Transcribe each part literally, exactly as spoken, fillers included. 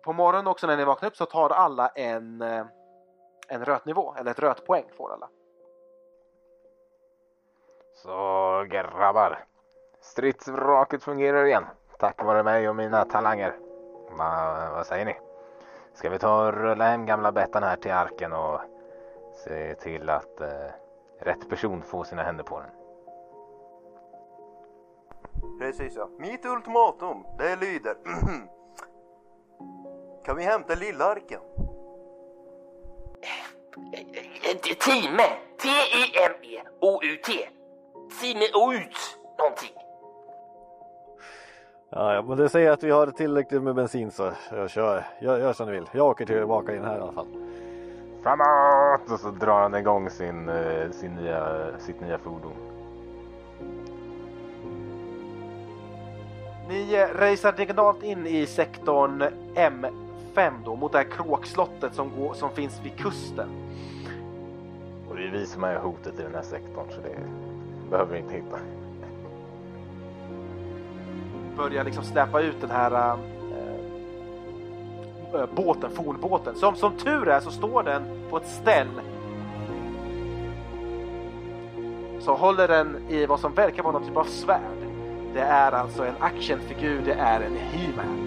på morgonen också när ni vaknar upp så tar alla en, en rötnivå. Eller ett rötpoäng får alla. Så grabbar. Stridsvraket fungerar igen. Tack vare mig och mina talanger. Va, vad säger ni? Ska vi ta och rulla hem gamla Bettan här till arken och se till att eh, rätt person får sina händer på den? Precis ja. Mitt ultimatum, det lyder. Kan vi hämta lilla arken? Time. T I M E O U T. Time O U T. Någonting. Ja, ja, men det säger att vi har tillräckligt med bensin så jag kör. Jag gör som ni vill. Jag åker tillbaka in här i alla fall. Framåt! Och så drar han igång sin, sin nya, sitt nya fordon. Ni eh, racear diagonalt in i sektorn M fem då, mot det här kråkslottet som, går, som finns vid kusten. Och det är vi som är hotet i den här sektorn, så det behöver vi inte hitta. Börjar liksom släppa ut den här äh, båten, fornbåten. Som, som tur är så står den på ett ställ. Så håller den i vad som verkar vara någon typ av svärd. Det är alltså en actionfigur, det är en He-Man.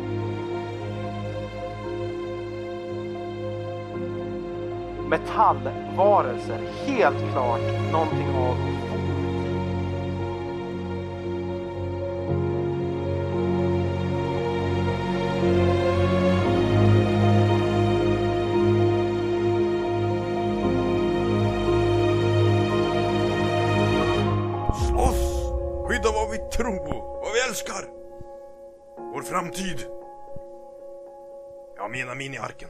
Metallvarelser, helt klart någonting av slåss! Skydda vad vi tror på, vad vi älskar! Vår framtid! Jag menar miniarken.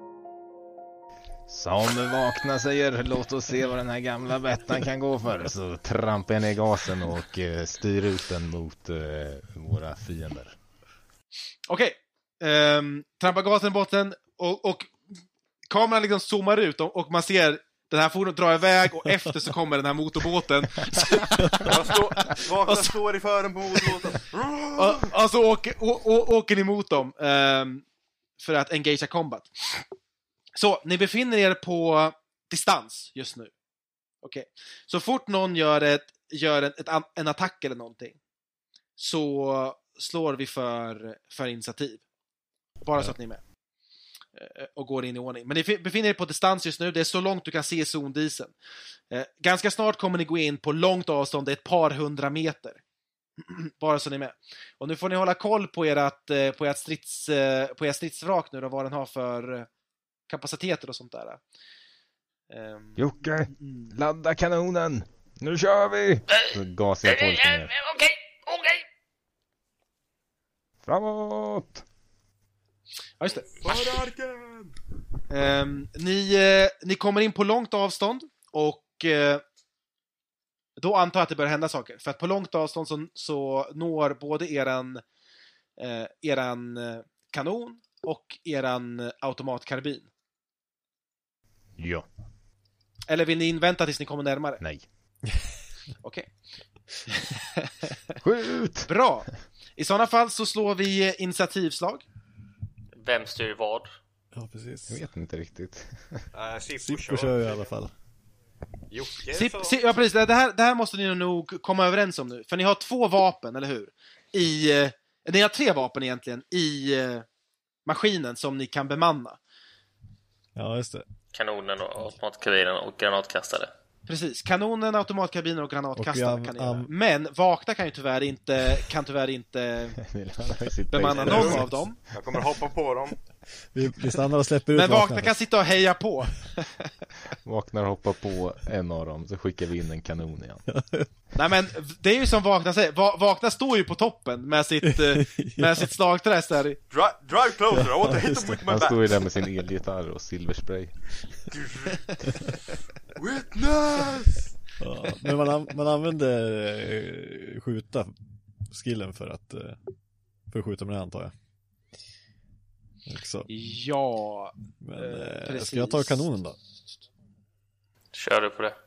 Som vakna säger, låt oss se vad den här gamla Bettan kan gå för. Så trampar jag ner gasen och uh, styr ut den mot uh, våra fiender. Okej, okay. um, trampar gasen i botten och, och kameran liksom zoomar ut och, och man ser den här fordonet dra iväg och efter så kommer den här motorbåten. Jag står, vaknar står i fören på motorbåten. och, och så åker, å, å, åker ni mot dem um, för att engagea combat. Så, ni befinner er på distans just nu. Okej. Okay. Så fort någon gör, ett, gör ett, ett, en attack eller någonting så slår vi för, för initiativ. Bara så att ni är med. Och går in i ordning. Men ni befinner er på distans just nu. Det är så långt du kan se zondisen. Ganska snart kommer ni gå in på långt avstånd. Det är ett par hundra meter. Bara så ni är med. Och nu får ni hålla koll på ert, på ert, strids, på ert stridsvrak nu och vad den har för kapaciteter och sånt där. Um, Jocke, mm. ladda kanonen. Nu kör vi. Så gasar jag på lite mer. Okej, okej. Framåt. Ja, just det. Arken! Um, ni, eh, ni kommer in på långt avstånd och eh, då antar jag att det börjar hända saker. För att på långt avstånd så, så når både eran, eh, eran kanon och eran automatkarbin. Ja. Eller vill ni invänta tills ni kommer närmare? Nej. Okej. Skjut! Bra. I sådana fall så slår vi initiativslag. Vem styr vad? Ja, precis. Jag vet inte riktigt. Uh, Sippo kör i alla fall. Sip, si, ja, precis. Det här, det här måste ni nog komma överens om nu. För ni har två vapen, eller hur? I, eh, ni har tre vapen egentligen i eh, maskinen som ni kan bemanna. Ja, just det. Kanonen och automatkarbinen och granatkastare. Precis, kanonen, automatkarbiner och granatkastare och kan ni um, göra. Men vakna kan ju tyvärr inte kan tyvärr inte bemanna någon av dem. Jag kommer hoppa på dem. Vi, vi stannar och släpper ut. Men vakna kan sitta och heja på. Vaknar och hoppar på en av dem, så skickar vi in en kanon igen. Nej, men det är ju som Vakna säger. Va- Vakna står ju på toppen med sitt, med sitt slagträs där. Drive, drive closer, I want to hit them with my Han back. står ju där med sin elgitarr och silverspray. Witness! Ja, men man, an- man använder eh, skjuta skillen för att eh, för att skjuta med det, antar jag. Också. Ja, Men eh, precis. ska jag ta kanonen då? Kör du på det.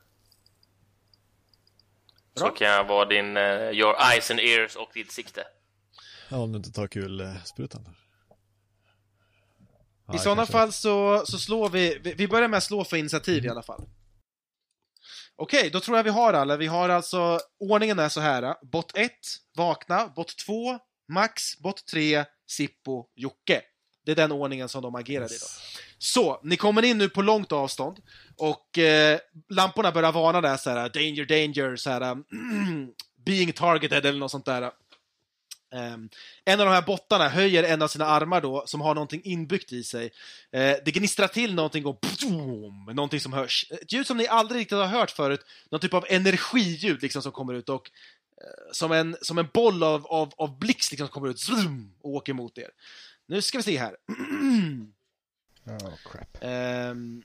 Bra. Så kan jag vara din uh, your eyes and ears och ditt sikte. Ja, om du inte tar kul eh, sprutan. Ja, I sådana kanske. fall så, så slår vi, vi... Vi börjar med att slå för initiativ i alla fall. Okej, då tror jag vi har alla. Vi har alltså... Ordningen är så här. Bot ett, Vakna. Bot två, Max. Bot tre, Sippo, Jocke. Det är den ordningen som de agerar i då. Så, ni kommer in nu på långt avstånd. Och eh, lamporna börjar varna där så här. Danger, danger, så här. Being targeted eller något sånt där. Um, en av de här bottarna höjer en av sina armar då, som har någonting inbyggt i sig. Uh, det gnistrar till någonting och boom, någonting som hörs. Ett ljud som ni aldrig riktigt har hört förut. Någon typ av energiljud liksom som kommer ut och uh, som, en, som en boll av, av, av blixt liksom som kommer ut zoom, och åker mot er. Nu ska vi se här. Oh crap. Um,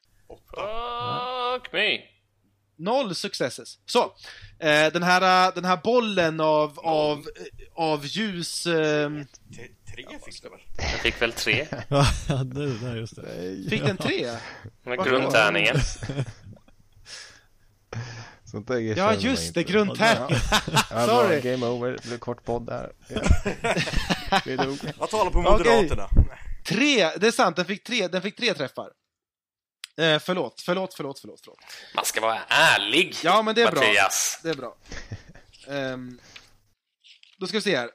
Fuck me. Noll successes. Så, eh, den, här, den här bollen av, av, av ljus... Eh, T- Tre fick det väl? Jag fick väl tre. Ja, nu, nej, just det. fick den tre? Med Varför? grundtärningen. Sånt där Ja, just det, grundtärningen. Ja, Sorry. Game over, det blev kort podd där. Det är nog. Jag talar på Moderaterna. Tre, det är sant, den fick tre, den fick tre träffar. Eh, förlåt, förlåt, förlåt, förlåt, förlåt. Man ska vara ärlig. Ja, men det är bra. Mattias. Det är bra. Um, då ska vi se här.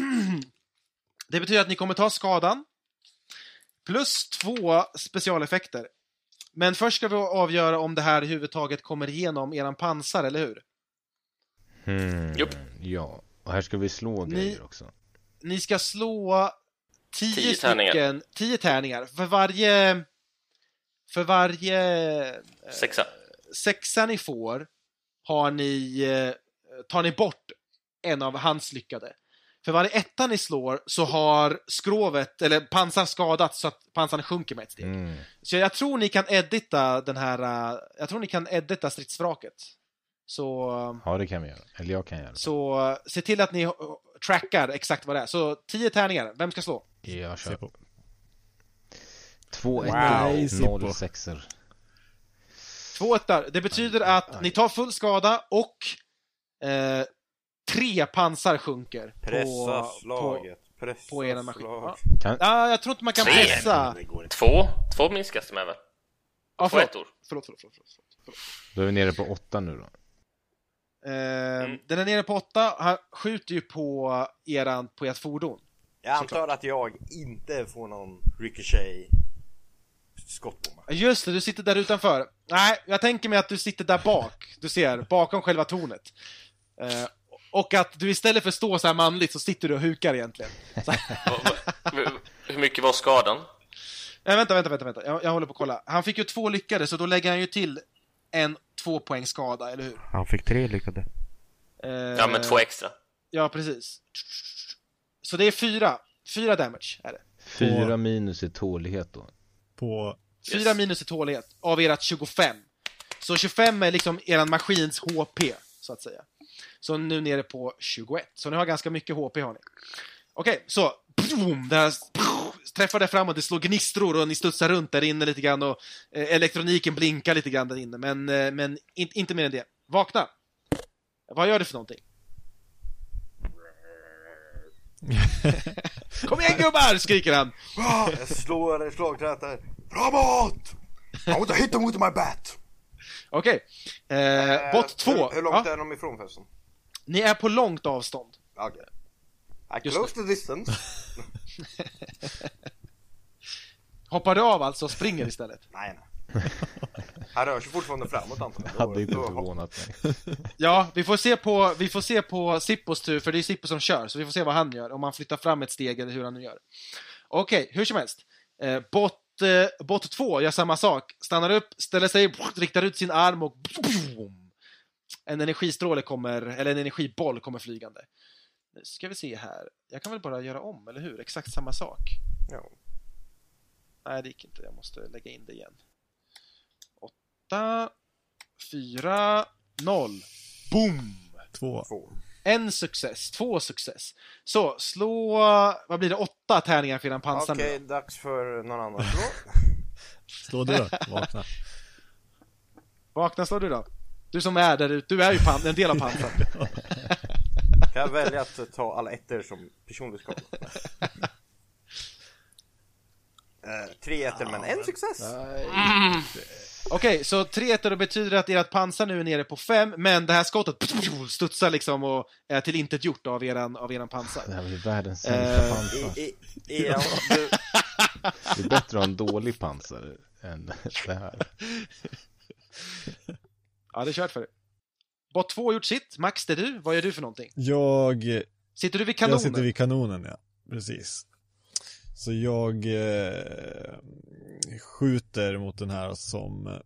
Det betyder att ni kommer ta skadan. Plus två specialeffekter. Men först ska vi avgöra om det här överhuvudtaget kommer igenom eran pansar, eller hur? Hmm, Jupp. ja, och här ska vi slå Ni- grejer också. Ni ska slå tio, Tio tärningar. stycken, tio tärningar. För varje... För varje... Sexa. sexa ni får har ni, eh, tar ni bort en av hans lyckade. För varje etta ni slår så har skrovet, eller pansar skadats så att pansarna sjunker med ett steg. Mm. Så jag tror ni kan edita den här, uh, jag tror ni kan edita stridsvraket. Så, Ja, det kan vi göra. Eller jag kan göra det. så uh, se till att ni uh, trackar exakt vad det är. Så tio tärningar, vem ska slå? Jag kör. Se på. Två Wow. ettor, noll sexor. Två ettar. Det betyder att ni tar full skada och eh, tre pansar sjunker. Pressa på, slaget. Pressa på ena maskin. slag. Kan... Ja, jag tror inte man kan Tre. pressa. Det går inte. Två. Två minskas det med väl? Ja, Två förlåt. ettor. Förlåt, förlåt, förlåt, förlåt, förlåt. Då är vi nere på åtta nu då. Eh, Mm. Den är nere på åtta. Han skjuter ju på eran, på ert fordon. Jag antar att jag inte får någon ricochet skott på mig. Just det, du sitter där utanför. Nej, jag tänker mig att du sitter där bak. Du ser, bakom själva tornet. Eh, och att du istället för att stå så här manligt så sitter du och hukar egentligen. Så här. Och- och- Hur mycket var skadan? Nej, vänta, vänta, vänta, vänta. Jag, jag håller på att kolla. Han fick ju två lyckade, så då lägger han ju till en två poäng skada, eller hur? Han fick tre lyckade. Eh, Ja, men två extra. Ja, precis. Så det är fyra. Fyra damage är det. Fyra minus i tålighet då. På... Fyra Yes. minus i tålighet av ert tjugofem. Så tjugofem är liksom eran maskins H P, så att säga. Så nu nere på tjugoett. Så ni har ganska mycket H P, har ni. Okej, så boom, det här träffar det fram och det slår gnistror och ni studsar runt där inne lite grann och eh, elektroniken blinkar lite grann där inne. Men, eh, men in, inte mer än det. Vakna! Vad gör du för någonting? Kom igen gubbar, skriker han. Ah, jag slår slagträt där. Framåt! I want to hit them with my bat. Okej, eh, bot två. Hur, hur långt Ja, är de ifrån förresten? ni är på långt avstånd. Okej. I Just close the distance. Hoppar du av alltså och springer istället? Nej, nej. Han rör sig fortfarande framåt antagligen. Hade inte Då- förvånat mig. Ja, vi får se på, vi får se på Sippos tur, för det är Sippo som kör, så vi får se vad han gör, om han flyttar fram ett steg eller hur han nu gör. Okej, hur som helst. Eh, bot, eh, bot två gör samma sak. Stannar upp, ställer sig, riktar ut sin arm och en energistråle kommer, eller en energiboll kommer flygande. Nu ska vi se här. Jag kan väl bara göra om, eller hur? Exakt samma sak. Ja. Nej, det gick inte. Jag måste lägga in det igen. åtta, fyra, noll. Boom! Två. Två. En success, två success. Så, slå... Vad blir det? Åtta tärningar för eran pansar Okej, nu. dags för någon annan. Slå. Slå du då, vakna. Vakna, slår du då. Du som är där ute, du är ju pan- en del av pansar. Kan jag välja att ta alla ettor som personlig skada? Eh, tre ettor, men en success. Mm. Okej, okay, så tre ettor betyder att ert pansar nu är nere på fem, men det här skottet studsar liksom och är till intet gjort av eran, av eran pansar. Det här blir världens sämsta Eh, pansar. I, i, ja, du, Det är bättre att ha en dålig pansar än det här. Ja, det är kört för det. Bot två har gjort sitt. Max, det är du. Vad gör du för någonting? Jag, Sitter du vid kanonen? jag sitter vid kanonen, ja. Precis. Så jag eh, skjuter mot den här som...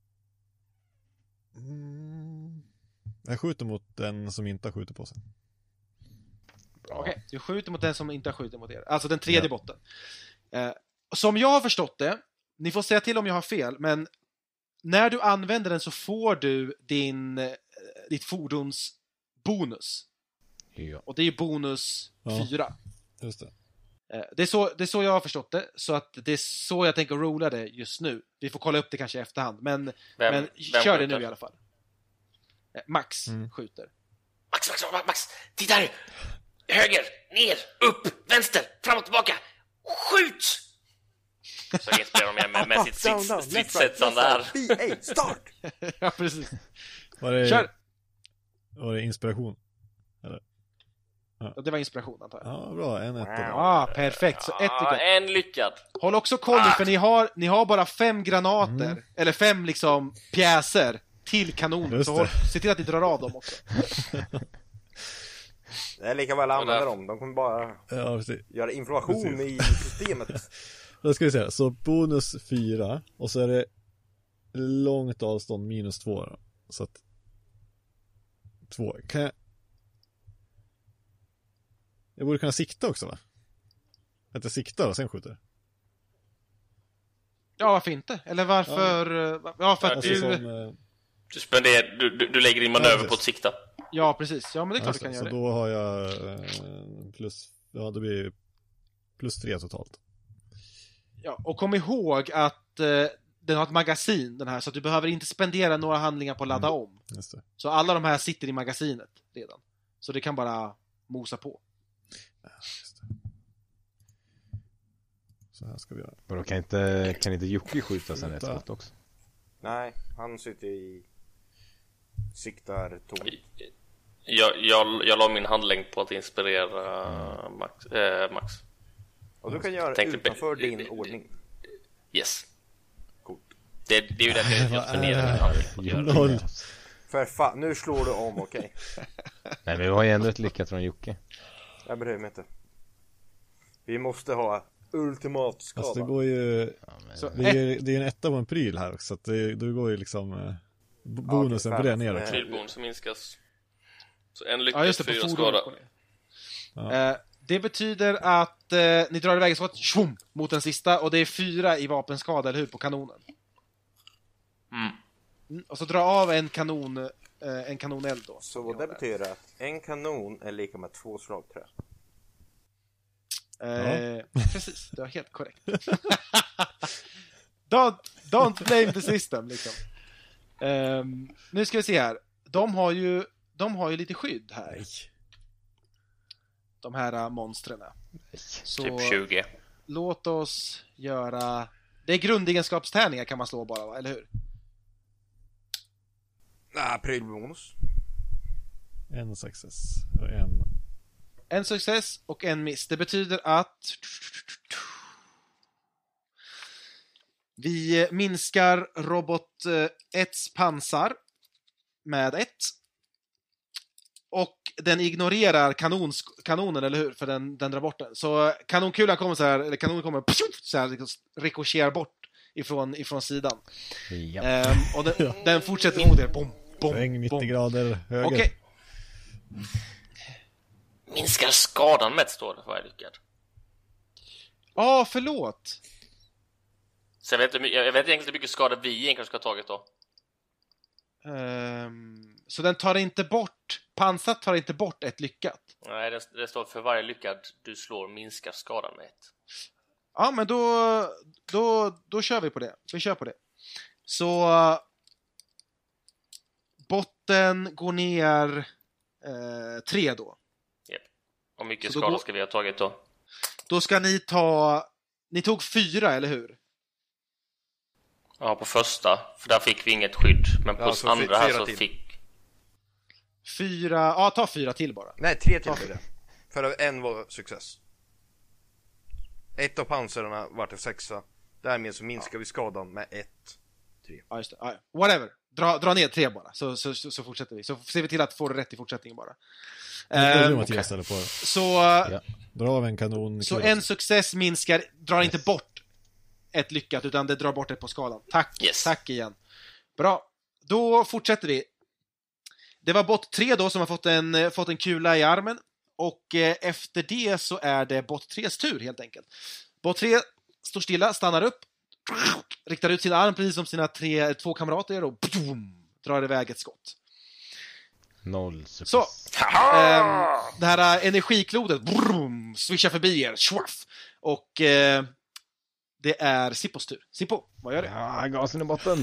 Mm, jag skjuter mot den som inte har skjutit på sig. Okej, okay, du skjuter mot den som inte har skjutit mot er. Alltså den tredje Ja. botten. Eh, som jag har förstått det, ni får säga till om jag har fel, men när du använder den så får du din, eh, ditt fordons bonus. Ja. Och det är bonus Ja. fyra. Just det. Eh, det, är så, det är så jag har förstått det, så att det är så jag tänker rolla det just nu. Vi får kolla upp det kanske i efterhand, men, Vem, men vem kör det skjuter? nu i alla fall. Eh, Max Mm. skjuter. Max, Max, Max, Max, titta här! Höger, ner, upp, vänster, fram och tillbaka! Skjut! Så inspirerar de med, med sitt down, down, left, right, stridssättande här. left, right, B A, start! Ja, precis. Var det, Kör! var det inspiration? Och det var inspiration, antar jag. Ja, bra. En etta. då. Ah, perfekt. Så ett Ah, lyckat. en lyckad. Håll också koll nu, för ni har, ni har bara fem granater, Mm. eller fem liksom pjäser till kanonen. Just Så det. håll, se till att ni drar av dem också. Det är lika väl att använda där- dem. De kommer bara Ja, precis. göra information Precis. i systemet. Då ska vi se. Så bonus fyra. Och så är det långt avstånd minus två. Då. Så att... Två. Kan jag... Jag borde kunna sikta också, va? Att jag siktar och sen skjuter. Ja, varför inte? Eller varför... Ja, ja för att Alltså du... som... eh, Du spenderar, du, du, du lägger din manöver precis. på att sikta. Ja, precis. Ja, men det är klart alltså, du kan så göra det. då har jag eh, plus... Ja, det blir plus tre totalt. Ja, och kom ihåg att eh, den har ett magasin, den här, så att du behöver inte spendera några handlingar på att ladda Mm. om. Just det. Så alla de här sitter i magasinet redan. Så det kan bara mosa på. Ja, just det. Så här ska vi göra. Och då kan inte, kan inte Jocke skjuta sen Vänta. efteråt också? Nej, han sitter i siktar torn. Jag, jag, jag la min handlängd på att inspirera Mm. Max. Eh, Max. Och du kan göra Tänkte- utanför din ordning. Yes. Coolt. Det, det är ju därför jag Vad är spenderar det min här? handlängd. Noll. För fan, nu slår du om, okej. Nej, men vi har ju ändå ett lyckat från Jocke. Jag bryr mig inte. Vi måste ha ultimat skada. Alltså det går ju... Ja, men... Så, Det är ju det är ju en etta på en pryl här också. Så att det, då går ju liksom... eh, b- Bonusen Ja, på det är det ner färdigt. också. Prylbonus minskas. Så en ja, lyckad, just det, fyra på skada. fordonet. Ja. Eh, det betyder att eh, ni drar iväg skott shum, mot den sista, och det är fyra i vapenskada, eller hur, på kanonen. Mm. Mm, och så dra av en kanon, eh, en kanoneld då. Så vad det betyder att en kanon är lika med två slagträ. Eh, Precis, det var helt korrekt. don't, don't blame the system, liksom. Ehm, nu ska vi se här. De har ju, de har ju lite skydd här. Nej. De här uh, monstren. Så Typ tjugo. låt oss göra... Det är grundegenskapstärningar kan man slå bara, va? Eller hur? Nej, prylbonus. En success och en... En success och en miss. Det betyder att vi minskar robot etts pansar med ett. Och den ignorerar kanons, kanonen, eller hur? För den, den drar bort den. Så kanonkulan kommer så här, eller kanonen kommer så här, liksom, rikocherar bort ifrån, ifrån sidan. Ja. Ehm, och den, den fortsätter mot er. Bom, bom, Sväng nittio bom. grader höger. Okej. Minskar skadan med ett, står det, för jag lyckad. Ja, förlåt. Så jag vet, inte- jag vet egentligen inte hur mycket skada vi egentligen ska ha tagit då. Ehm, så den tar inte bort, pansat tar inte bort ett lyckat. Nej, det, det står för varje lyckad du slår minskar skadan med ett. Ja, men då, då, då kör vi på det. Vi kör på det. Så uh, botten går ner uh, tre då. Yep. Och mycket Så då skada går- ska vi ha tagit då. Då ska ni ta, ni tog fyra, eller hur? Ja, på första. För där fick vi inget skydd. Men på Ja, så andra fy- här fyra så till. fick... Fyra, ja ta fyra till bara. Nej, tre till blir det. För en var success. Ett av pansarna vart en sexa. Därmed så minskar vi skadan med ett. Ja, just det. Ja, whatever. Dra, dra ner tre bara, så, så, så, så fortsätter vi. Så ser vi till att få det rätt i fortsättningen bara. Det är du Ehm, Mattias ställer på. så, Ja. Dra av en kanon. så en success minskar, drar inte bort ett lyckat, utan det drar bort ett på skalan. Tack, Yes. tack igen. Bra, då fortsätter vi. Det var bot tre då som har fått en, fått en kula i armen. Och eh, efter det så är det bot tres tur helt enkelt. Bot tre står stilla, stannar upp, riktar ut sin arm precis som sina tre, två kamrater gör och boom, drar iväg ett skott. Noll success. Så, ehm, det här energiklodet brum, swishar förbi er, schwaff, och eh, det är Sippos tur. Sippo, vad gör du? Ja, gasen i botten.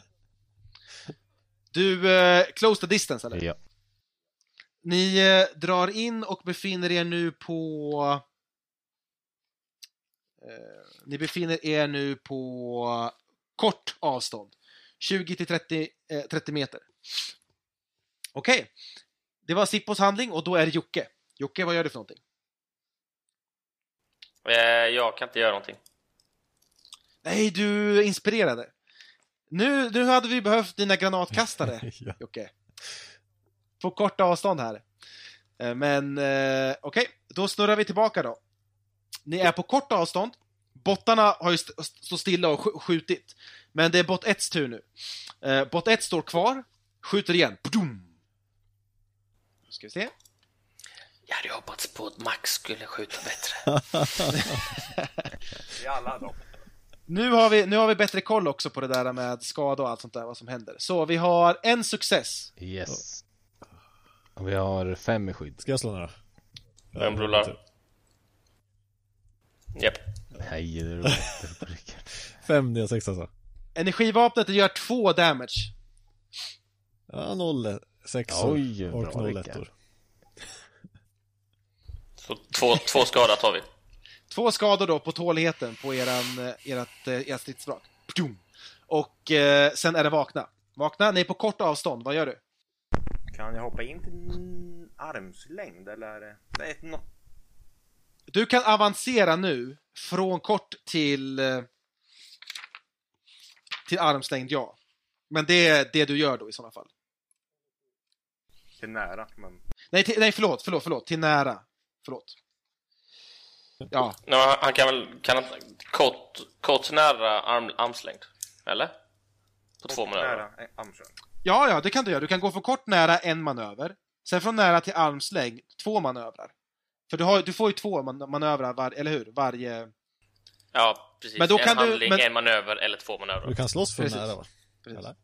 Du eh, close the distance, eller? Ja. Ni eh, drar in och befinner er nu på... Eh, ni befinner er nu på kort avstånd. tjugo till trettio, eh, trettio meter. Okej. Okay. Det var Sippos handling och då är det Jocke. Jocke, vad gör du för någonting? Eh, jag kan inte göra någonting. Nej, du är inspirerade. Nu, nu hade vi behövt dina granatkastare, Ja. Jocke. På kort avstånd här. Eh, Men eh, okej, okay. Då snurrar vi tillbaka då. Ni är på kort avstånd. Bottarna har ju st- stått stilla och sk- skjutit. Men det är bot ett tur nu. Eh, bot ett står kvar. Skjuter igen. Pudum. Nu ska vi se. Jag hade hoppats på att Max skulle skjuta bättre. I alla dem. Nu har, vi, nu har vi bättre koll också på det där med skada och allt sånt där, vad som händer. Så vi har en success. Yes. Och vi har fem i skydd. Ska jag slå några? Vem rullar? Japp. Nej, det är roligt. På Rickard. Fem D sex alltså. Energivapnet gör två damage. Ja, noll sex Oj, och bra, noll Rickard. ettor. Så två, två skada tar vi. Två skador då på tåligheten på eran, eh, erat, eh, ert stridsvrak. Pdum. Och eh, sen är det vakna. Vakna, ni är på kort avstånd. Vad gör du? Kan jag hoppa in till en armslängd eller? Nej, ett no- Du kan avancera nu från kort till eh, till armslängd, ja. Men det är det du gör då i sådana fall. till nära, men Nej, till, nej förlåt, förlåt, förlåt. Till nära. Förlåt. Ja, Nej, han- han kan väl kan han, kort, kort nära arm, armslängd. Eller? På två minuter. nära eh, armslängd. ja, ja, det kan du göra. Du kan gå från kort nära en manöver. Sen från nära till armslängd två manövrar. För du, har, du får ju två man- manövrar, var, eller hur? Varje... Ja, precis. Men då en kan du- handling, men- en manöver eller två manövrar. Du kan slåss från Precis. nära va? Precis. Eller?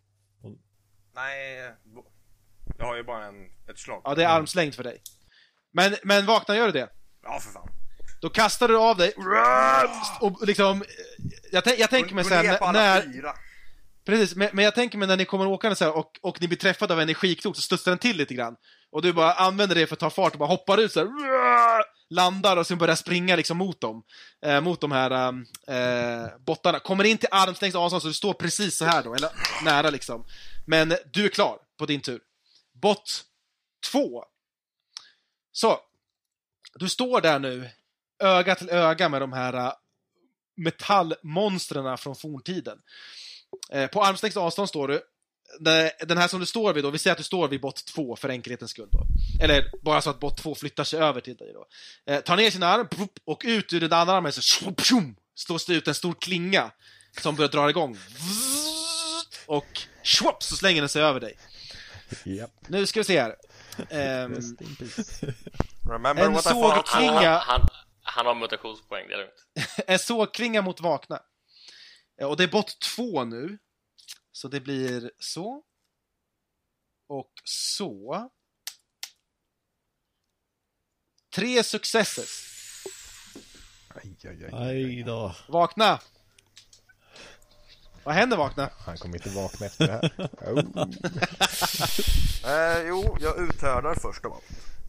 Nej, bo- jag har ju bara en, ett slag. Ja, det är armslängd för dig. Men, men vakna, gör du det? Ja, för fan. Då kastar du av dig och liksom... Jag, tän- jag tänker mig Gå så här, ner på när, alla när, fyra. precis, men, men jag tänker mig när ni kommer åkande så här och, och ni blir träffade av energiklot så studsar den till lite grann. Och du bara använder det för att ta fart och bara hoppar ut så här, landar och sen börjar springa liksom mot dem. Eh, mot de här eh, bottarna. Kommer in till armslängds avstånd så du står precis så här då, eller nära liksom. Men du är klar på din tur. Bot två. Så. Du står där nu, öga till öga med de här uh, metallmonstren från forntiden. Eh, på armslängds avstånd står du. Den här som du står vid då, vi säger att du står vid bot två för enkelhetens skull då. Eller bara så att bot två flyttar sig över till dig då. Eh, tar ner sin arm och ut ur den andra armen så slås det ut en stor klinga som börjar dra igång. Och schwupp, så slänger den sig över dig. Japp. Nu ska vi se här. Ehm, Rest in peace. Remember En what I såg- fought for? Han, Klinga. han, han, han har mutationspoäng, det är lugnt. En sågklinga mot vakna. Eh, Och det är bot två nu. Så det blir så. Och så. Tre successes. Aj, aj, aj. Aj då. Vakna. Vad händer, vakna? Han kommer inte vakna efter det här. Oh. Eh, jo, jag uthärdar först av allt.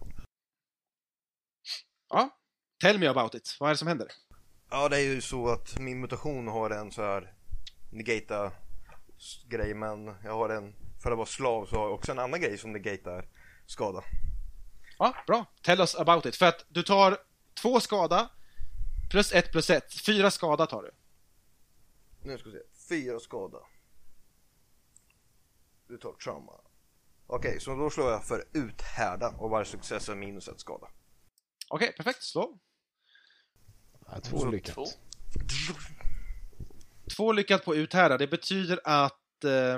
Ja. Tell me about it. Vad är det som händer? Ja, det är ju så att min mutation har en så här negata grej, men jag har en, för att vara slav så har jag också en annan grej som negatar skada. Ja, bra. Tell us about it. För att du tar två skada plus ett plus ett. Fyra skada tar du. Nu ska vi se. Fyra skada. Du tar trauma. Okej, okay, så då slår jag för uthärda och varje success är minus ett skada. Okej, okay, perfekt. Slå. Ja, två lyckat. Två. Två lyckat på uthärda. Det betyder att eh,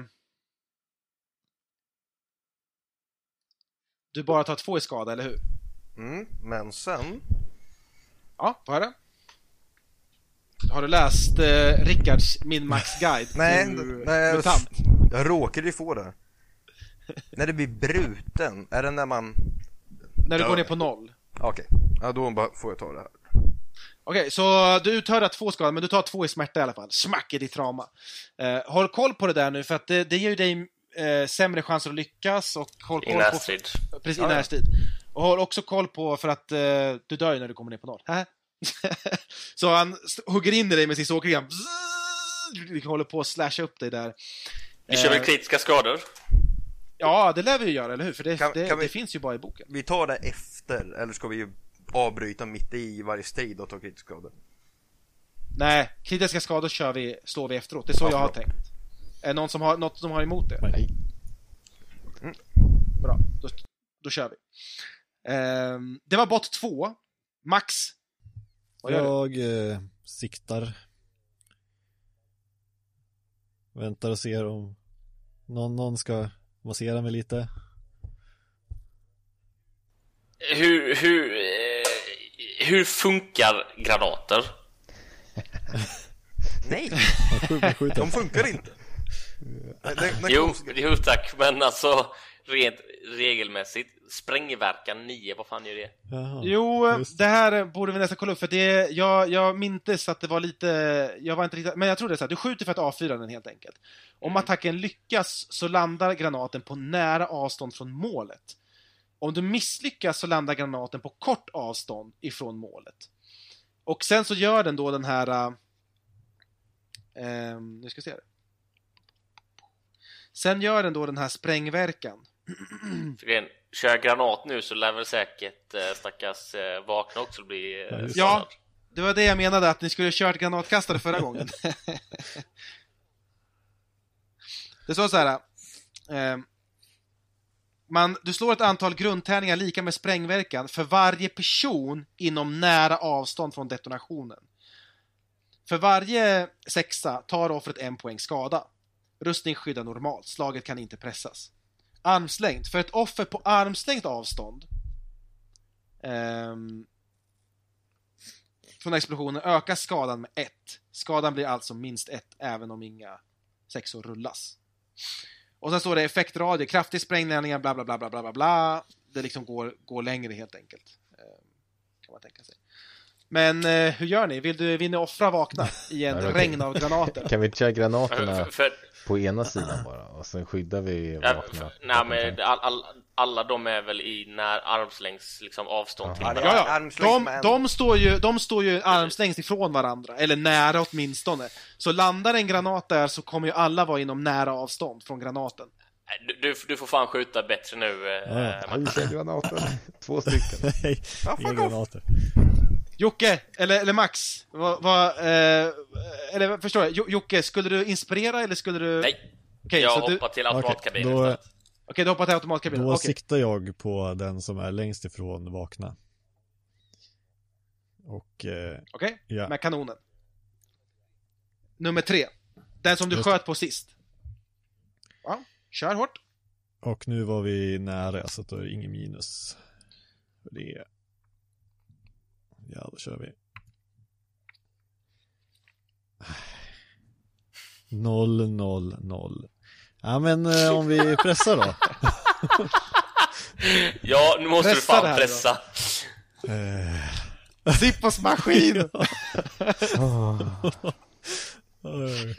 du bara tar två i skada, eller hur? Mm, men sen... Ja, vad är det? Har du läst eh, Rickards Min-Max-guide? Nej, till nej jag, mutant? jag råkade ju få det. När det blir bruten, är det när man... När du ja. går ner på noll? Okej, okay. Ja, då bara får jag ta det här. Okej, okay, så du uthärdar två skador, men du tar två i smärta i alla fall. Smack i ditt trauma. Eh, håll koll på det där nu, för att det, det ger ju dig eh, sämre chanser att lyckas. Och håll koll I på... närstrid. Precis, Ja, i ja. närstrid. Och håll också koll på, för att eh, du dör ju när du kommer ner på noll. Så han st- hugger in i dig med sin sågkniv. Du håller på att slasha upp dig där. Vi kör väl Eh, kritiska skador? Ja, det lär vi ju göra, eller hur? För det, Kan- det, kan vi- det finns ju bara i boken. Vi tar det efter, eller ska vi avbryta mitt i varje strid och ta kritiska skador? Nej, kritiska skador kör vi, slår vi efteråt. Det är så Ja, jag har förlåt. tänkt. Är det någon som har, något som har emot det? Nej. Bra, då, då kör vi. Ehm, det var bot två. Max. Vad gör du? Jag eh, siktar. Väntar och ser om någon, någon ska massera mig lite. Hur, hur, eh, hur funkar granater? Nej, Jag skjuter, jag skjuter. de funkar inte. Den, den Jo, kom- jo tack, men alltså rent regelmässigt sprängverkan nio, vad fan gör det? Jaha, Jo, just. det här borde vi nästan kolla upp, för det, jag, jag minns att det var lite, jag var inte riktigt, men jag tror det är så här, du skjuter för att avfyra den helt enkelt. Om attacken lyckas så landar granaten på nära avstånd från målet. Om du misslyckas så landar granaten på kort avstånd ifrån målet. Och sen så gör den då den här, äh, nu ska vi se det. Sen gör den då den här sprängverkan. För det är en, kör jag granat nu så lär väl säkert eh, stackars eh, vakna också och bli eh, Ja, just det. skadad. Ja, det var det jag menade, att ni skulle kört granatkastare förra gången. Det står så här. Eh, man, du slår ett antal grundtärningar lika med sprängverkan för varje person inom nära avstånd från detonationen. För varje sexa tar offret en poäng skada. Rustning skyddar normalt. Slaget kan inte pressas. Armslängd. För ett offer på armslängd avstånd ehm, från explosionen ökar skadan med ett. Skadan blir alltså minst ett även om inga sexor rullas. Och sen står det effektradie, kraftig sprängningar, bla bla bla bla bla bla bla. Det liksom går, går längre helt enkelt. Ehm, kan man tänka sig. Men eh, hur gör ni? Vill, du, vill ni offra vakna i en Ja, okej. regn av granater? Kan vi köra För, granaterna för, för, på ena sidan bara och sen skyddar vi ja, vakna? för, nej, men all, all, alla de är väl i när armslängds liksom, avstånd till Ja, det varandra. är Ja, ja. armslängd De, med en. de, står ju, de står ju armslängds ifrån varandra, eller nära åtminstone. Så landar en granat där så kommer ju alla vara inom nära avstånd från granaten. Du, du, du får fan skjuta bättre nu. Eh, Ja, ja. Vi kör granater. Två stycken. Nej, Ja, inga fuck off. granater. Jocke, eller, eller Max, vad, vad, eh, eller förstår jag, Jo- Jocke, skulle du inspirera eller skulle du... Nej, Okej, jag så du, hoppar till Okej, automatkabinen då, istället. okej, du hoppar till automatkabinen. då Okej. siktar jag på den som är längst ifrån vakna. Och eh, Okej, ja, med kanonen. Nummer tre. Den som du Just sköt på sist. Ja, kör hårt. och nu var vi nära så då är det ingen minus. Det är... Ja, då kör vi. Noll, noll, noll. Ja, men eh, om vi pressar då. Ja, nu måste Pressa du det här fan pressa. Eh, Zippos maskin! oj.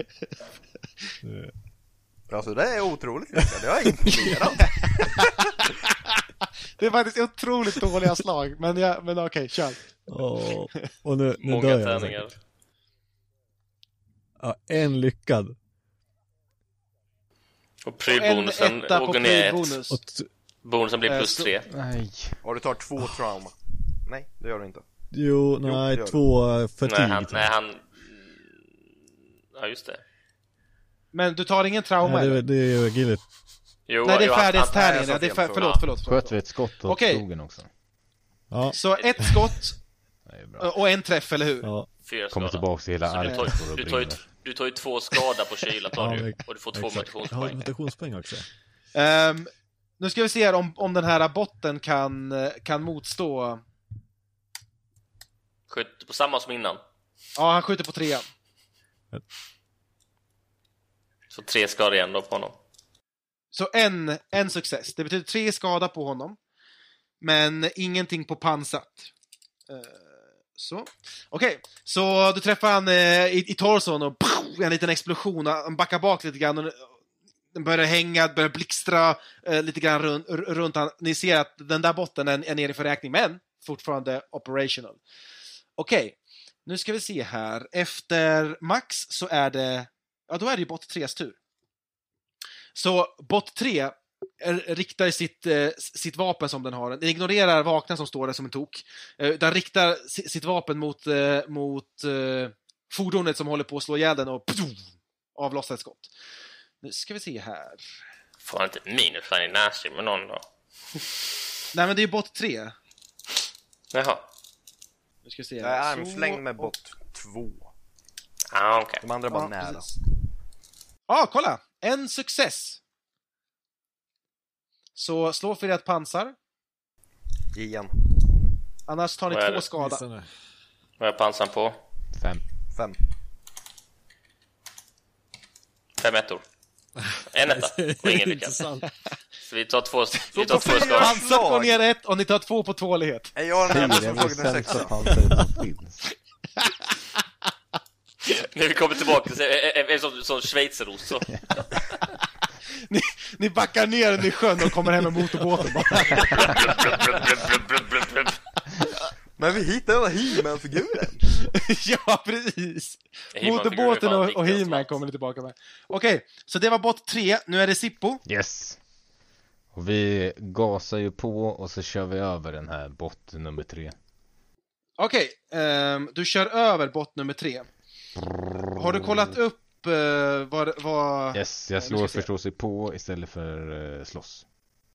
Alltså det är otroligt, Rickard. Det är imponerande. Det är faktiskt otroligt dåliga slag, men, jag, men okej, kör. Åh, och nu, nu Många dör jag tärningar. säkert. Ja, en lyckad. Och prylbonusen etta på går ner ett. prylbonus. Och t- Bonusen blir Eh, plus så- tre. nej. Och du tar två trauma. Nej, det gör du inte. Jo, det nej, gör det. två för Nej, han, tid. nej, han... Ja, just det. Men du tar ingen trauma? Nej, det, eller? det är ju agility. Jo, Nej, det jo, är han- färdighetstärningen. han- Ja, det är han- fär- förlåt, förlåt. förlåt. Sköt vi ett skott åt Okej. skogen också? Ja, Så ett skott Det är bra. och en träff, eller hur? ja. Fyra Kommer skada. tillbaka till hela Så du arken tar, står och du, tar ju, brinner. du tar ju två skada på kyla tar Ja, du, ex- och du får två exakt. Jag har motivationspoäng. motivationspoäng också. Ehm, nu ska vi se här om, om den här botten kan, eh, kan motstå. Skjut på samma som innan. Ja, han skjuter på trean. Så tre skador igen då på honom. Så en, en success. Det betyder tre skada på honom. Men ingenting på pansat. Eh, så. Okej, så du träffar han eh, i, i torson och pow, en liten explosion. Han backar bak lite grann och den börjar hänga, börjar blixtra eh, lite grann runt, runt han. Ni ser att den där botten är, är nere för räkning, men fortfarande operational. Okej, nu ska vi se här. Efter Max så är det, ja då är det ju bot tres tur. Så bot tre är- riktar sitt, eh, sitt vapen som den har. Den ignorerar vakna som står där som en tok. Eh, den riktar si- sitt vapen mot, eh, mot eh, fordonet som håller på att slå ihjäl den och pju, avlossar ett skott. Nu ska vi se här. Får han inte minus för han är nasty med någon då? Nej, men det är bot tre. Jaha. Nu ska vi se. Det är Så- armslängd med bot två. Ah, okej. De andra är bara Ja, nära. precis. Ja, kolla! En success! Så slå för ert pansar. Igen. Annars tar ni Vad är två det? skada. Missar nu. Vad är pansan på? Fem. Fem. Fem ettor. En etta och ingen lyckad. Intressant. Så vi tar två, vi Så tar på två fyra skador. Pansar går slag. ner ett och ni tar två på tålighet. Nej, jag har den här som Det är slagit en sämsta sexa. pansaret som finns. När vi kommer tillbaka så är är- är som, som schweizerost så. Ni, ni backar ner i sjön och kommer hem med motorbåten bara. Men vi hittade alla He-Man-figuren. Ja, precis. He-Man-figurer Motorbåten är fan och, och viktigast av He-Man allt. kommer ni tillbaka med. Okej, så det var bot tre. Nu är det Sippo. Yes. Och vi gasar ju på och så kör vi över den här bot nummer tre. Okej, ehm, du kör över bot nummer tre. Har du kollat upp uh, vad... vad... Yes, Ja, jag nu slår ska vi se. förstå sig på istället för uh, slåss.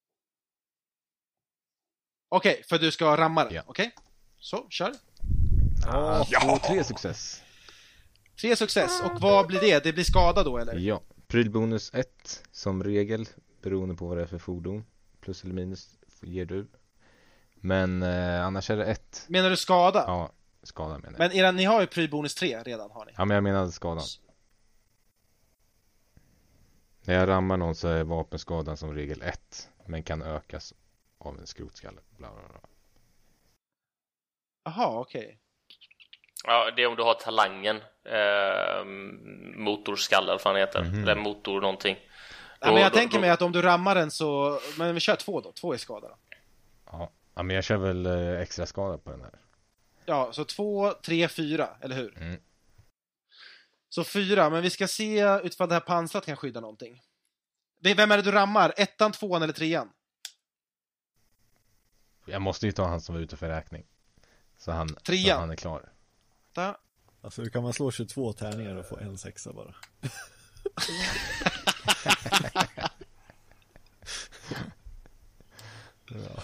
Okej, för du ska ramma den. Ja. Okej, så kör. Ah, två, tre success. Tre success. Och vad blir det? Det blir skada då, eller? Ja, prylbonus ett som regel beroende på vad det är för fordon. Plus eller minus ger du. Men eh, annars är det ett. Menar du skada? Ja, skada menar jag. Men era, ni har ju prylbonus tre redan, har ni. Ja, men jag menar skadan. När jag rammar någon så är vapenskadan som regel ett. Men kan ökas av en skrotskalle. Bla bla bla. Jaha, okej. Ja, det är om du har talangen. Eh, motorskalle eller vad fan heter. Mhm. Eller motor någonting. Nej, men jag Då- tänker då- mig att om du rammar den så... Men vi kör två då. Två är skada då. Ja. ja, men jag kör väl eh, extra skada på den här. Ja, så två, tre, fyra, eller hur? Mm. Så fyra, men vi ska se utifall det här pansrat kan skydda någonting. Vem är det du rammar? Ettan, tvåan eller trean? Jag måste ju ta han som var ute för räkning. Så han, Trean. så han är klar. Där. Alltså hur kan man slå tjugotvå tärningar och få en sexa bara? Ja.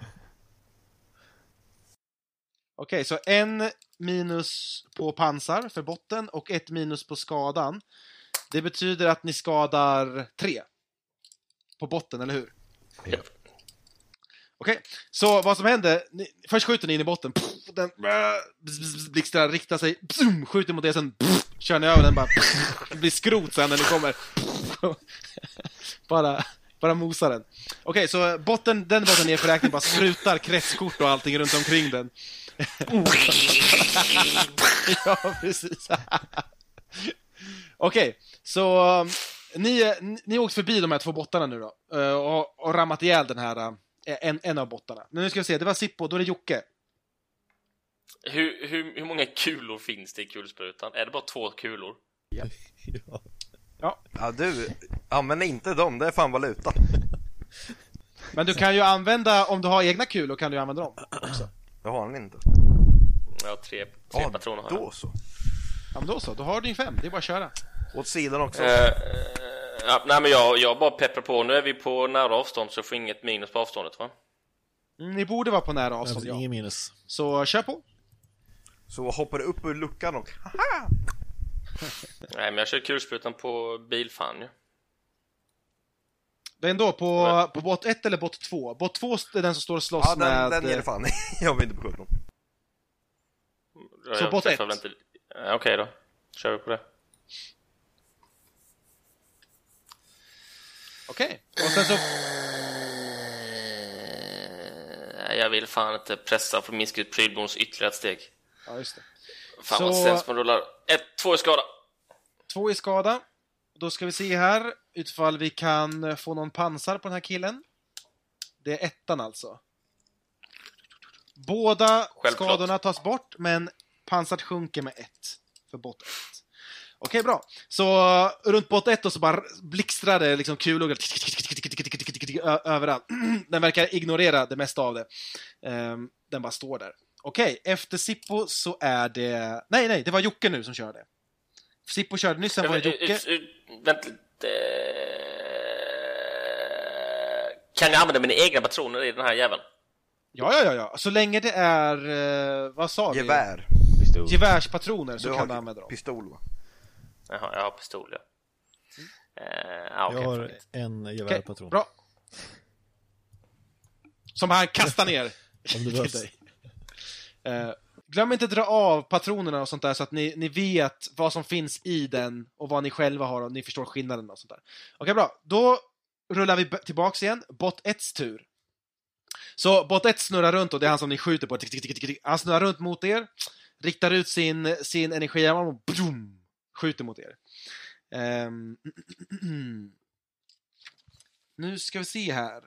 Okej, så en minus på pansar för botten och ett minus på skadan. Det betyder att ni skadar tre på botten, eller hur? Ja. Okej, så vad som händer, ni, först skjuter ni in i botten, pff, den blixtrar, riktar sig, pff, skjuter mot det, sen pff, kör ni över den, bara pff, det blir skrot sen när ni kommer. Pff, bara, bara mosar den. Okej, så botten, den botten ner för räkning bara sprutar kretskort och allting runt omkring den. Ja, precis. Okej, så um, ni, ni, ni åkt förbi de här två bottarna nu då uh, och, och rammat ihjäl den här uh, en, en av bottarna. Men nu ska vi se, det var Sippo, då är det Jocke. Hur, hur, hur många kulor finns det i kulsprutan? Är det bara två kulor? Ja. Ja. Ja, du, använd inte dem, det är fan valuta. Men du kan ju använda, om du har egna kulor kan du använda dem också. Det har han inte. Ja, tre, tre Ja, patroner har jag. då så. Ja, men då så, då har du din fem, det är bara att köra. Åt sidan också. Eh, eh, ja, nej men jag, jag bara pepprar på. Nu är vi på nära avstånd så jag får inget minus på avståndet, va? Mm, ni borde vara på nära Det avstånd, finns ja. ingen minus. Så kör på. Så hoppar du upp ur luckan och... Haha! Nej men jag kör kulsprutan på bilfan ju. Det är ändå på, på bot ett eller bot två. Bot två är den som står och slåss Ja, den, med... den ger det fan. Jag vill inte på sjutton. Så Jag bot träffar ett. väl inte... Ja, okej då. Kör vi på det. Okej. Och sen så... Nej, jag vill fan inte pressa för att minska ut prylbonus ytterligare ett steg. Ja, just det. Fan Så- vad sämst man rullar. Ett, två i skada. Två i skada. Då ska vi se här utifall vi kan få någon pansar på den här killen. Det är ettan alltså. Båda Självklart. skadorna tas bort, men pansart sjunker med ett för bot ett. Okej, bra. Så runt bot ett då så bara blixtrar det liksom kulor överallt. Den verkar ignorera det mesta av det. Ehm, Den bara står där. Okej, efter Sippo så är det... Nej, nej, det var Jocke nu som körde. Sippo körde nyss, sen var det Jocke. Ut- ut- Vänta lite. Kan jag använda mina egna patroner i den här jäveln? Ja, ja, ja, ja. Så länge det är... eh, vad sa vi? Gevär. Pistol. Gevärspatroner så Du kan har du använda dem. pistol, va? Jaha, jag har pistol, ja. Eh, ja, okej, Jag har fan. en Okej, gevärpatron. bra. Som han kastar ner Om det till behövs. dig. Eh, glöm inte dra av patronerna och sånt där så att ni, ni vet vad som finns i den och vad ni själva har och ni förstår skillnaden och sånt där. Okej, bra. Då rullar vi b- tillbaks igen. Bot etts tur. Så bot ett snurrar runt och det är han som ni skjuter på. Tick, tick, tick, tick, tick. Han snurrar runt mot er, riktar ut sin, sin energi och boom, skjuter mot er. Ehm, nu ska vi se här.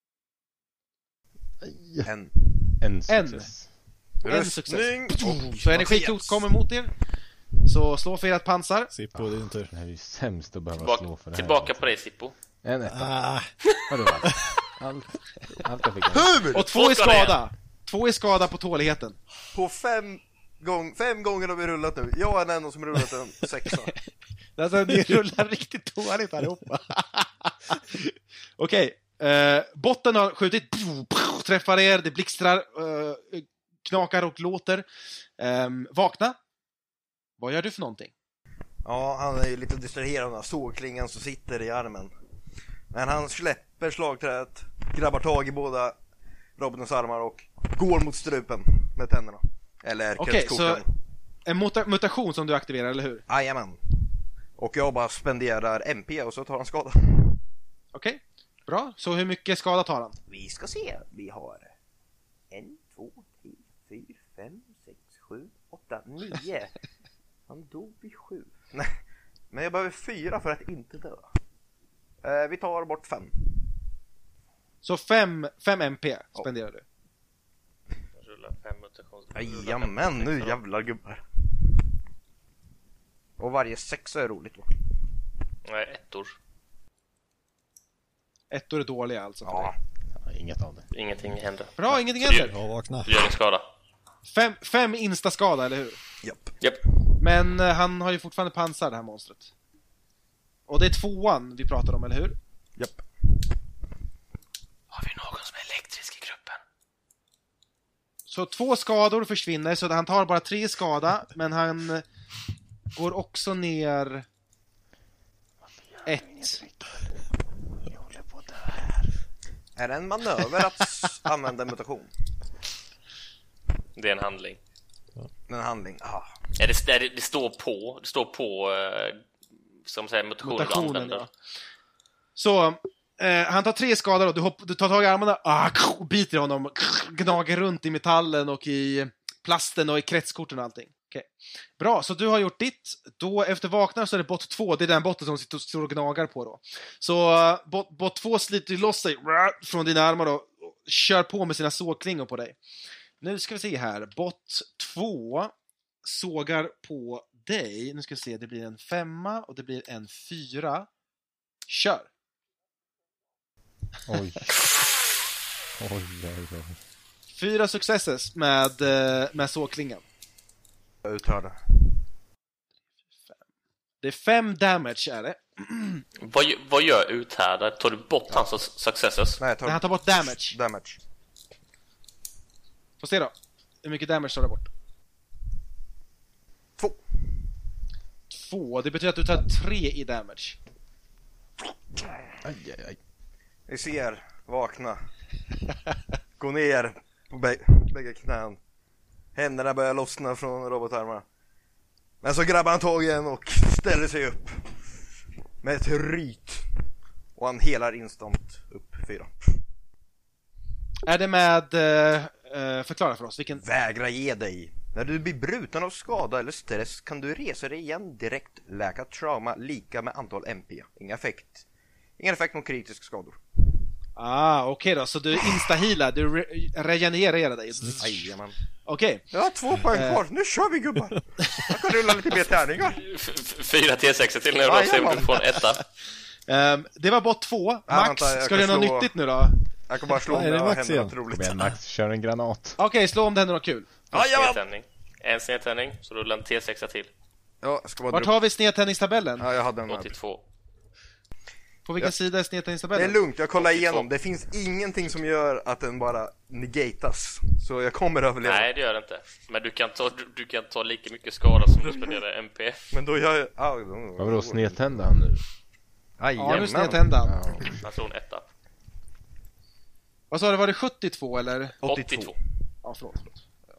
En. En success. En success. Röstning och Så energiklot kommer mot er. Så slå för ert pansar. Sippo, det är din tur. Det här är ju sämst att behöva Tillbaka, slå för det här. tillbaka på dig, Sippo. En etta. Ah, Vadå? Allt, allt jag fick. En. Och två i skada. Två i skada på tåligheten. På fem, gång, fem gånger har vi rullat nu. Jag är den enda som rullat en sexa. Alltså, ni rullar riktigt dåligt allihopa. Okej. Eh, botten har skjutit. Träffar er. Det blixtrar. Eh, knakar och låter. Eh, vakna. Vad gör du för någonting? Ja, han är ju lite distraherad av den här sågklingan som sitter i armen. Men han släpper slagträet, grabbar tag i båda Robins armar och går mot strupen med tänderna. Eller Okej, kretskokan. så en muta- mutation som du aktiverar, eller hur? Jajamän. Och jag bara spenderar M P och så tar han skada. Okej, bra. Så hur mycket skada tar han? Vi ska se. Vi har en, två, tre, fyra, fem, sex, sju, åtta, nio. Han dog vid sju. Nej, men jag behöver fyra för att inte dö. Eh, vi tar bort fem. Så fem, fem M P spenderar du. Rulla fem mutations... Jajamän, nu jävlar gubbar. Och varje sexa är roligt då. Nej, ettor. Ettor är dåliga alltså. för Ja. dig. Ja, inget av det. Ingenting händer. Bra, ingenting Så du- händer. jag vaknar. Du gör en skada. Fem, fem instaskada, eller hur? Japp. Japp. Men eh, han har ju fortfarande pansar, det här monstret. Och det är tvåan vi pratar om, eller hur? Japp. Har vi någon som är elektrisk i gruppen? Så två skador försvinner, så han tar bara tre skada, men han eh, går också ner ett. Är det en manöver att s- använda mutation? Det är en handling. En handling. Ah. Ja, det, det, det står på, det står på eh, som säger mutationen du Mutationen, använder. ja. Så eh, han tar tre skador då. Du, hopp, du tar tag i armarna, ah, och biter i honom, gnager runt i metallen och i plasten och i kretskorten och allting. Okej. Bra, så du har gjort ditt. Då efter vaknar så är det bot två. Det är den botten som sitter och står och gnagar på då. Så uh, bot, bot två sliter loss sig från dina armar då, och kör på med sina sågklingor på dig. Nu ska vi se här. Bot två sågar på dig. Nu ska vi se, det blir en femma och det blir en fyra. Kör! Oj. Oj, oj, oj. Fyra successes med, eh, med såklingan. Jag uthörde. Det är fem damage är det. Vad, vad gör uthärdar? Tar du bort hans successes? Nej, jag tar Nej, han tar bort damage. damage. Får se då. Hur mycket damage tar du bort? Två. Två. Det betyder att du tar tre i damage. Aj, aj, aj. Vi ser, vakna. Gå ner på bä- bägge knän. Händerna börjar lossna från robotarmarna. Men så grabbar han tag igen och ställer sig upp. Med ett ryt. Och han helar instant upp fyra. Är det med... Uh, förklara för oss. Vilken... Vägra ge dig. När du blir bruten av skada eller stress kan du resa dig igen direkt. Läka trauma lika med antal M P. Inga effekt. Ingen effekt mot kritiska skador. Ah, okej okay då. Så du insta-healar. Du re- regenererar dig. Jajamän. Okej. Okay. Jag har två poäng kvar. Nu kör vi gubbar. Jag kan rulla lite mer tärningar. F- f- fyra T sex till nu då, se om du får en etta. Um, det var bot två. Max, Ja, vänta, jag ska du kan göra något slå- nyttigt nu då? Jag kan bara slå om Vad är det det och Max hända igen? något roligt. Kom igen Max, kör en granat. Okej, okay, slå om det händer något kul. Jajamän. Snedtändning. En snedtändning, så rullar en T sex till. Ja, jag ska bara Vart dra upp. har vi snedtändningstabellen? Ja, jag hade en här. åttiotvå. På vilken Ja. sida är Det är snedtändningstabellen? lugnt, jag kollar igenom. åttiotvå. Det finns ingenting som gör att den bara negatas. Så jag kommer överleva. Nej, det gör det inte. Men du kan ta, du, du kan ta lika mycket skada som du spenderar M P. Men då gör jag... Ah, då... Vad vadå, snedtända han nu? Ja, nu snedtända. Ja. Alltså en etta. Vad sa du, var det sjuttiotvå eller? åttiotvå. Ja, förlåt. förlåt.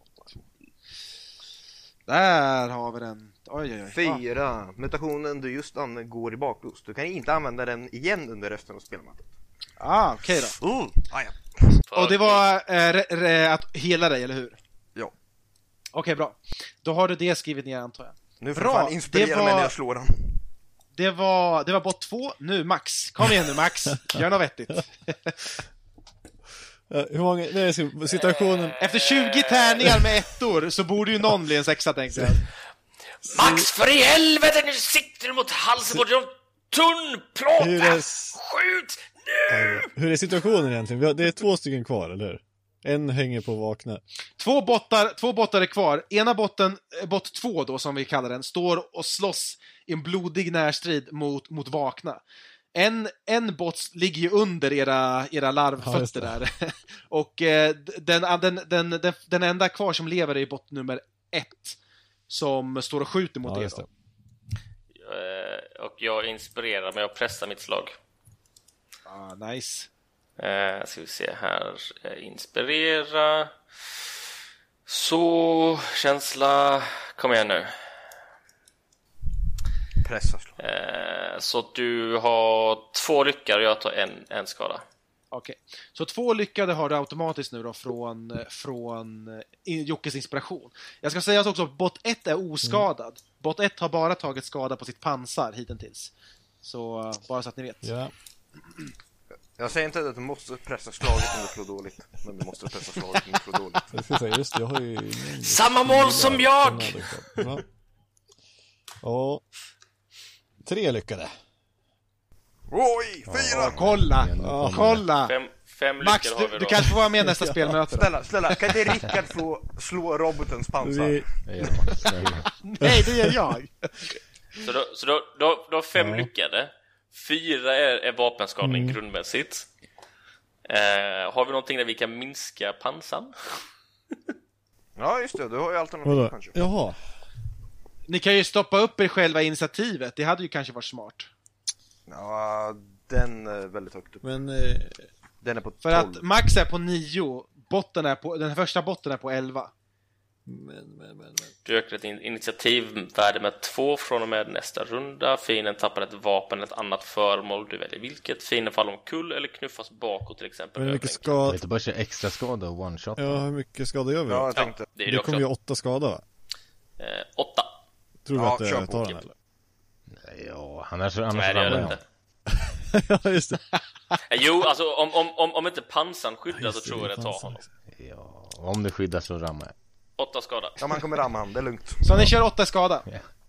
Där har vi den. Oj, oj, oj. Fyra. Mutationen du just använder går i baklås. Du kan inte använda den igen under resten av spelmatchen. Ah, okej då. Oh, ah, ja. Och det var eh, re, re, att hela dig, eller hur? Ja. Okej, bra. Då har du det skrivit ner, antar jag. Nu får Bra, du fan inspirera det var- mig när jag slår den. Det var, det var bot två. Nu, Max. Kom igen nu, Max. Gör något vettigt. Ja, hur många... Nej, ska- situationen... Efter tjugo tärningar med ettor så borde ju någon bli en sexa, tänkte jag. Max, för i helvete, nu sitter du mot halsen på din tunn plåt! Hur är, s- Skjut nu! hur är situationen egentligen? Vi har, det är två stycken kvar, eller hur? En hänger på att vakna. Två bottar, två bottar är kvar. Ena botten, eh, bot två då, som vi kallar den, står och slåss i en blodig närstrid mot, mot vakna. En, en bot ligger ju under era, era larvfötter Ja, där. Och eh, den, den, den, den, den enda kvar som lever är bot nummer ett. Som står och skjuter mot Ja, er just då. det. Eh, Och jag inspirerar mig att pressa mitt slag. Ah, nice. Eh, ska vi se här. Eh, inspirera. Så, känsla. Kom igen nu. Pressa slå. Eh, så du har två lyckor och jag tar en, en skada. Okej. Så två lyckade har du automatiskt nu då från, från eh, Jockes inspiration. Jag ska säga också att bot ett är oskadad. Mm. Bot ett har bara tagit skada på sitt pansar hittills. Så eh, bara så att ni vet. Ja. Jag säger inte att du måste pressa slaget om du slår dåligt. Men du måste pressa slaget om du slår dåligt. Jag ska säga, just det, jag har ju... Samma mål som jag! Ja. Och... Tre lyckade. Oj, fyra! Ja, kolla! Ja. Kolla! Fem, fem Max, lyckor har du, vi du då. kanske får vara med nästa spelmöte då. Snälla, snälla, kan inte Rickard få slå robotens pansar? Vi... Ja, snälla. Nej, det gör jag! Så då, så då, då, då har fem Ja. lyckade. Fyra är, är vapenskadning Mm. grundmässigt. Eh, har vi någonting där vi kan minska pansan? Ja, just det, du har ju alternativ Vadå? kanske. Jaha. Ni kan ju stoppa upp er själva initiativet. Det hade ju kanske varit smart. Ja, den är väldigt högt upp. Men... Eh... Den är på För tolv. att Max är på nio, botten är på, den första botten är på elva. Men, men, men, men. Du ökar ett in- initiativvärde med två från och med nästa runda. Fienden tappar ett vapen eller ett annat föremål. Du väljer vilket. Fienden faller omkull eller knuffas bakåt till exempel. Men hur mycket Jag skada... vet inte, bara köra extra skada och one shot. Ja, hur mycket skada gör vi? Ja, då? jag Ja, tänkte. det är det Det också. kommer ju åtta skada, va? Eh, åtta. Tror du Ja, att det kör på, tar Kim. den, eller? Ja, annars, annars Nej, det gör ramlar det jag. inte. Ja, just det. Eh, jo, alltså om, om, om, om inte pansan skyddar så Just det, tror jag det det fanns tar honom. också. Ja, om det skyddar så ramlar jag. Åtta skada. Ja, man kommer ramma han, det är lugnt. Så ni kör åtta skada. Ja.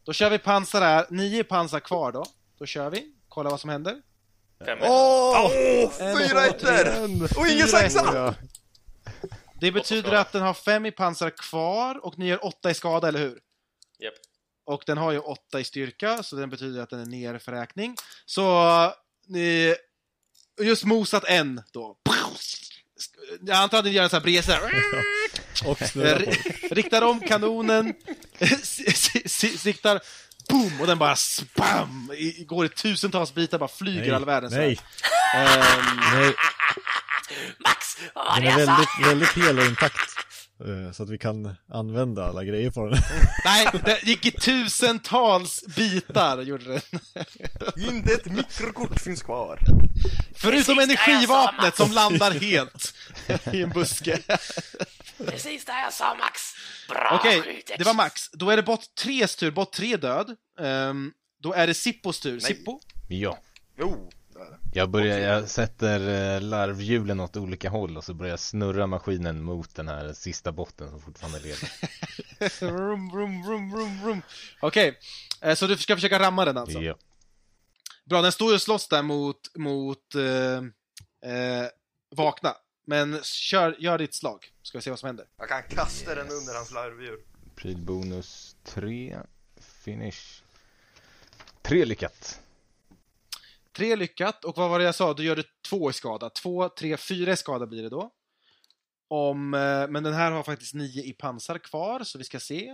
Då kör vi pansar här. Nio pansar kvar då. Då kör vi. Kolla vad som händer. Fem. Åh! Åh, fyra ettor! Och ingen sexa! Ja. Det betyder att den har fem i pansar kvar och ni gör åtta i skada, eller hur? Japp. Och den har ju åtta i styrka, så den betyder att den är ner för räkning. Så ni just mosat en då. Jag antar att ni gör en sån här bresa. Och snurra på. Riktar om kanonen, siktar, boom, och den bara spam, I, går i tusentals bitar, bara flyger Nej, all världen. nej. Um, Nej, Max! Vad den det är jag sa? väldigt, väldigt hel och intakt. eh, Så att vi kan använda alla grejer på den. nej, det gick i tusentals bitar, gjorde den. Inte ett mikrokort finns kvar. Förutom Precis det jag sa, energivapnet Max. som landar helt i en buske. Precis det jag sa, Max. Bra Okej, skjutet. det var Max. Då är det bot tres tur, bot tre död. Ehm, då är det Sippos tur. Nej. Sippo? Ja. Jo, det är det. Jag börjar, jag sätter eh, larvhjulen åt olika håll och så börjar jag snurra maskinen mot den här sista botten som fortfarande lever. Vroom, vroom, vroom, vroom, vroom. Okej, eh, så du ska försöka ramma den alltså? Ja. Bra, den står ju och slåss där mot, mot eh, eh, vakna. Men kör, gör ditt slag. Ska vi se vad som händer. Jag kan kasta den under hans larvdjur. Prylbonus tre. Finish. Tre lyckat. Tre lyckat, och vad var det jag sa? Då gör du två i skada. Två, tre, fyra i skada blir det då. Om, eh, men den här har faktiskt nio i pansar kvar, så vi ska se.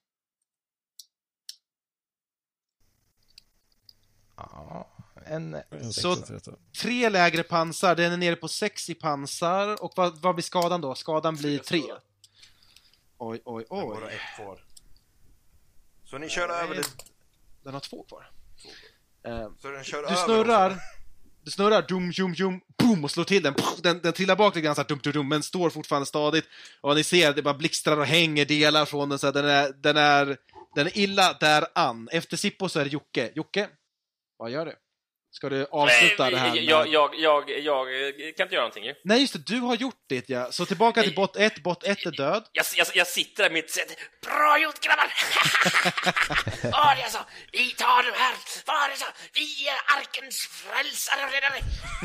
Ja, en... En Så- sexa till detta. Tre lägre pansar, den är nere på sex i pansar. Och vad, vad blir skadan då? Skadan blir tre. Oj, oj, Bara oj. ett kvar. Så ni kör över det. Den har två kvar. Eh, Så den kör Du över snurrar, också. du snurrar, dum, dum, dum, boom, och slår till den. Den, den trillar bak lite grann så här, dum, dum, dum, men står fortfarande stadigt. Och ni ser, det bara blixtrar och hänger delar från den. Så här, den, är, den, är, den är illa där an. Efter Sippo så är det Jocke. Jocke, vad gör du? Ska du avsluta Nej, det här? jag, med- jag, jag, jag, jag kan inte göra någonting ju. Nej, just det, du har gjort det, ja. Så tillbaka till bot ett, bot ett är död. Jag, jag, jag sitter där mitt sätt. Bra gjort, grabbar! Vad var det jag sa? Vi tar de här. Vad var det jag sa? Vi är arkens frälsare och räddare.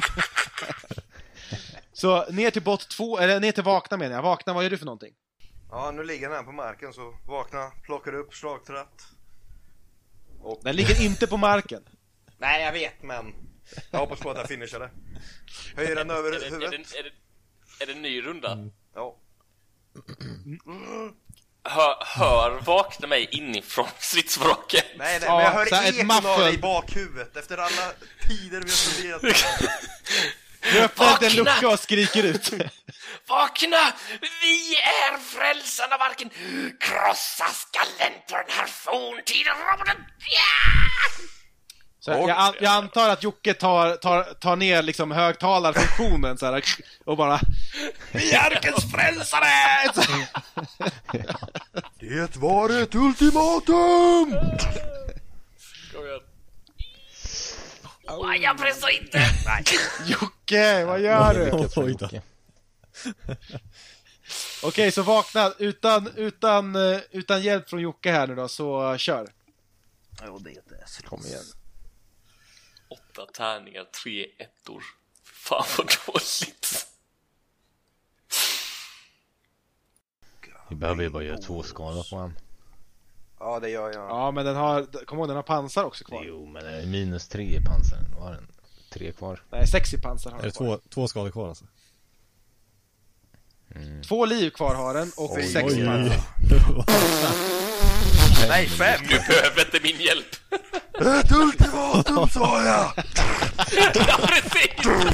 Så ner till bot två, eller ner till vakna menar jag. Vakna, vad gör du för någonting? Ja, nu ligger den här på marken, så vakna, plockar upp slagtratt. Och... Den ligger inte på marken. Nej, jag vet, men jag hoppas på att jag finishar det. Höjer den över Är det, är, huvudet. det, är, det, är det en ny runda? Ja. Hör, hör vakna mig inifrån stridsvraket. Nej, nej, Ja, men jag hör så här, ett ekon av muffel. det i bakhuvudet efter alla tider vi har funderat på. Du öppnar Vakna! en lucka och skriker ut. Vakna! Vi är frälsarna av arken. Krossa skallen på den här forntida roboten. Ja! Så jag, jag, an- jag antar att Jocke tar, tar, tar ner liksom högtalarfunktionen så här, och bara Vi är arkens frälsare! Det var ett ultimatum! Kom igen. Oh, jag pressar inte. Nej. Jocke, vad gör du? Lyckat för Oj då. Jocke. Okej, så vakna utan, utan, eh, utan hjälp från Jocke här nu då, så uh, kör. Ja, det är så. Kom igen. Åtta tärningar, tre ettor. Fan vad dåligt. Vi behöver ju bara göra två skador på han. Ja, det gör jag. Ja, men den har, kom ihåg, den har pansar också kvar. Jo, men det är minus tre i pansaren. Var den tre kvar? Nej, sex i pansar har Är den det kvar. två, två skador kvar alltså? Två liv kvar har den och Oj, sex i oj, pansar. Nej, fem! Du behöver inte min hjälp. Ett ultimatum, sa jag! Ja, precis.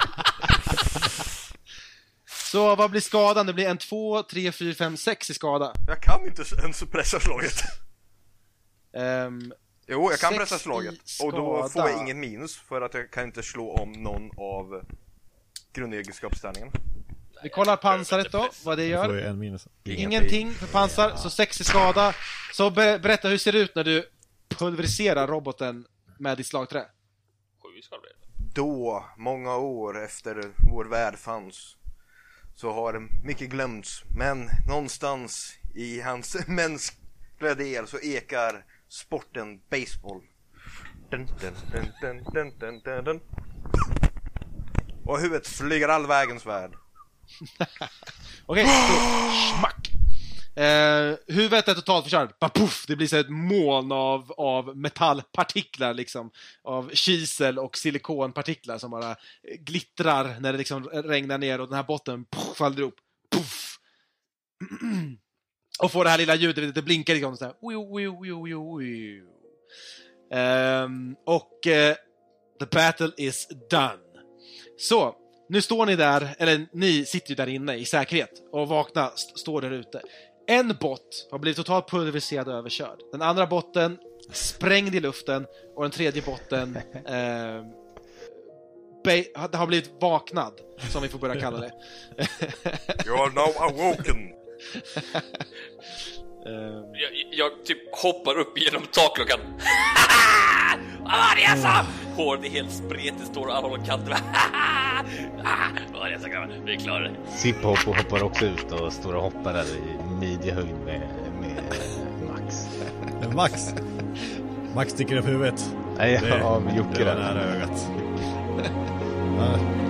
Så vad blir skadan? Det blir en två, tre, fyra, fem, sex i skada. Jag kan inte ens pressa slaget. Ehm, Jo, jag kan Sex pressa slaget. i Och då får skada. jag ingen minus för att jag kan inte slå om någon av grundegenskapstärningarna. vi kollar pansaret då, vad det Du får gör. ju en minus. Ingenting för pansar, så sex i skada. Så ber- berätta, hur ser det ut när du pulveriserar roboten med ditt slagträ? Sju ska det bli. Då, många år efter vår värld fanns, så har mycket glömts. Men någonstans i hans mänskliga del så ekar sporten baseball. Dun, dun, dun, dun, dun, dun, dun, dun. Och huvudet flyger all vägens värld. Okej, så smack. Eh, huvudet är totalt förstört. Bara puff, det blir så ett moln av, av metallpartiklar liksom. Av kisel och silikonpartiklar som bara glittrar när det liksom regnar ner och den här botten puff, faller ihop. Puff. Och får det här lilla ljudet, det blinkar liksom så här. Um, och uh, the battle is done. Så, nu står ni där, eller ni sitter ju där inne i säkerhet och vakna st- står där ute. En bot har blivit totalt pulveriserad och överkörd. Den andra botten sprängd i luften och den tredje botten uh, be- har blivit vaknad, som vi får börja kalla det. You are now awoken. uh, Jag, jag typ hoppar upp genom takluckan. Ah, det är så! Håret är helt spretigt, står och alla håller kanter. Ah, det är så gammal. Vi är klara. Zip-Hop hoppar också ut och står och hoppar där i midjehöjd med, med Max. Max? Max sticker upp huvudet. Nej, ja, med Jocke det var där. nära ögat. Ja.